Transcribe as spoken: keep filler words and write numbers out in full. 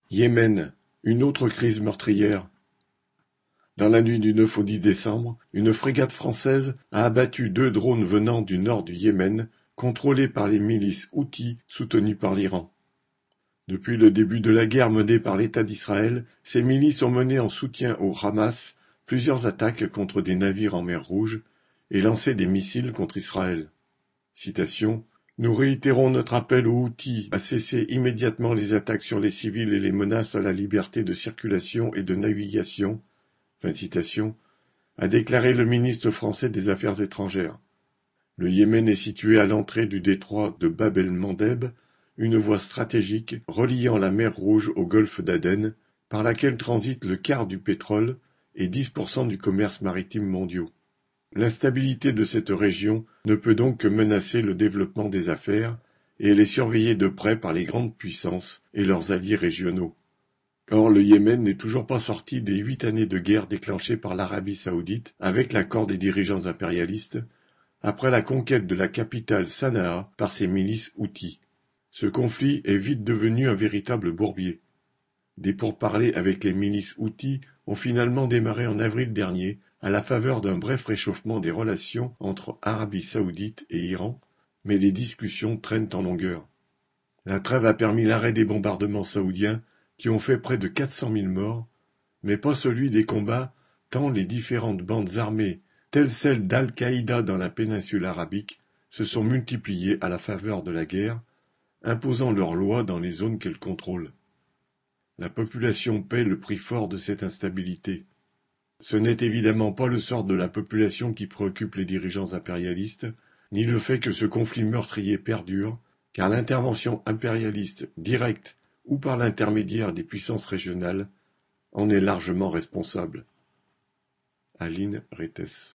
Yémen, une autre crise meurtrière. Dans la nuit du neuf au dix décembre, une frégate française a abattu deux drones venant du nord du Yémen, contrôlés par les milices houthis soutenues par l'Iran. Depuis le début de la guerre menée par l'État d'Israël, ces milices ont mené en soutien au Hamas plusieurs attaques contre des navires en mer Rouge et lancé des missiles contre Israël. Citation: Nous réitérons notre appel aux Houthis à cesser immédiatement les attaques sur les civils et les menaces à la liberté de circulation et de navigation, fin de citation, a déclaré le ministre français des Affaires étrangères. Le Yémen est situé à l'entrée du détroit de Bab el-Mandeb, une voie stratégique reliant la mer Rouge au golfe d'Aden, par laquelle transite le quart du pétrole et dix pour cent du commerce maritime mondiaux. L'instabilité de cette région ne peut donc que menacer le développement des affaires, et elle est surveillée de près par les grandes puissances et leurs alliés régionaux. Or le Yémen n'est toujours pas sorti des huit années de guerre déclenchées par l'Arabie saoudite avec l'accord des dirigeants impérialistes, après la conquête de la capitale Sanaa par ses milices houthis. Ce conflit est vite devenu un véritable bourbier. Des pourparlers avec les milices houthis ont finalement démarré en avril dernier à la faveur d'un bref réchauffement des relations entre Arabie saoudite et Iran, mais les discussions traînent en longueur. La trêve a permis l'arrêt des bombardements saoudiens qui ont fait près de quatre cent mille morts, mais pas celui des combats tant les différentes bandes armées, telles celles d'Al-Qaïda dans la péninsule arabique, se sont multipliées à la faveur de la guerre, imposant leurs lois dans les zones qu'elles contrôlent. La population paie le prix fort de cette instabilité. Ce n'est évidemment pas le sort de la population qui préoccupe les dirigeants impérialistes, ni le fait que ce conflit meurtrier perdure, car l'intervention impérialiste directe ou par l'intermédiaire des puissances régionales en est largement responsable. Aline Retes.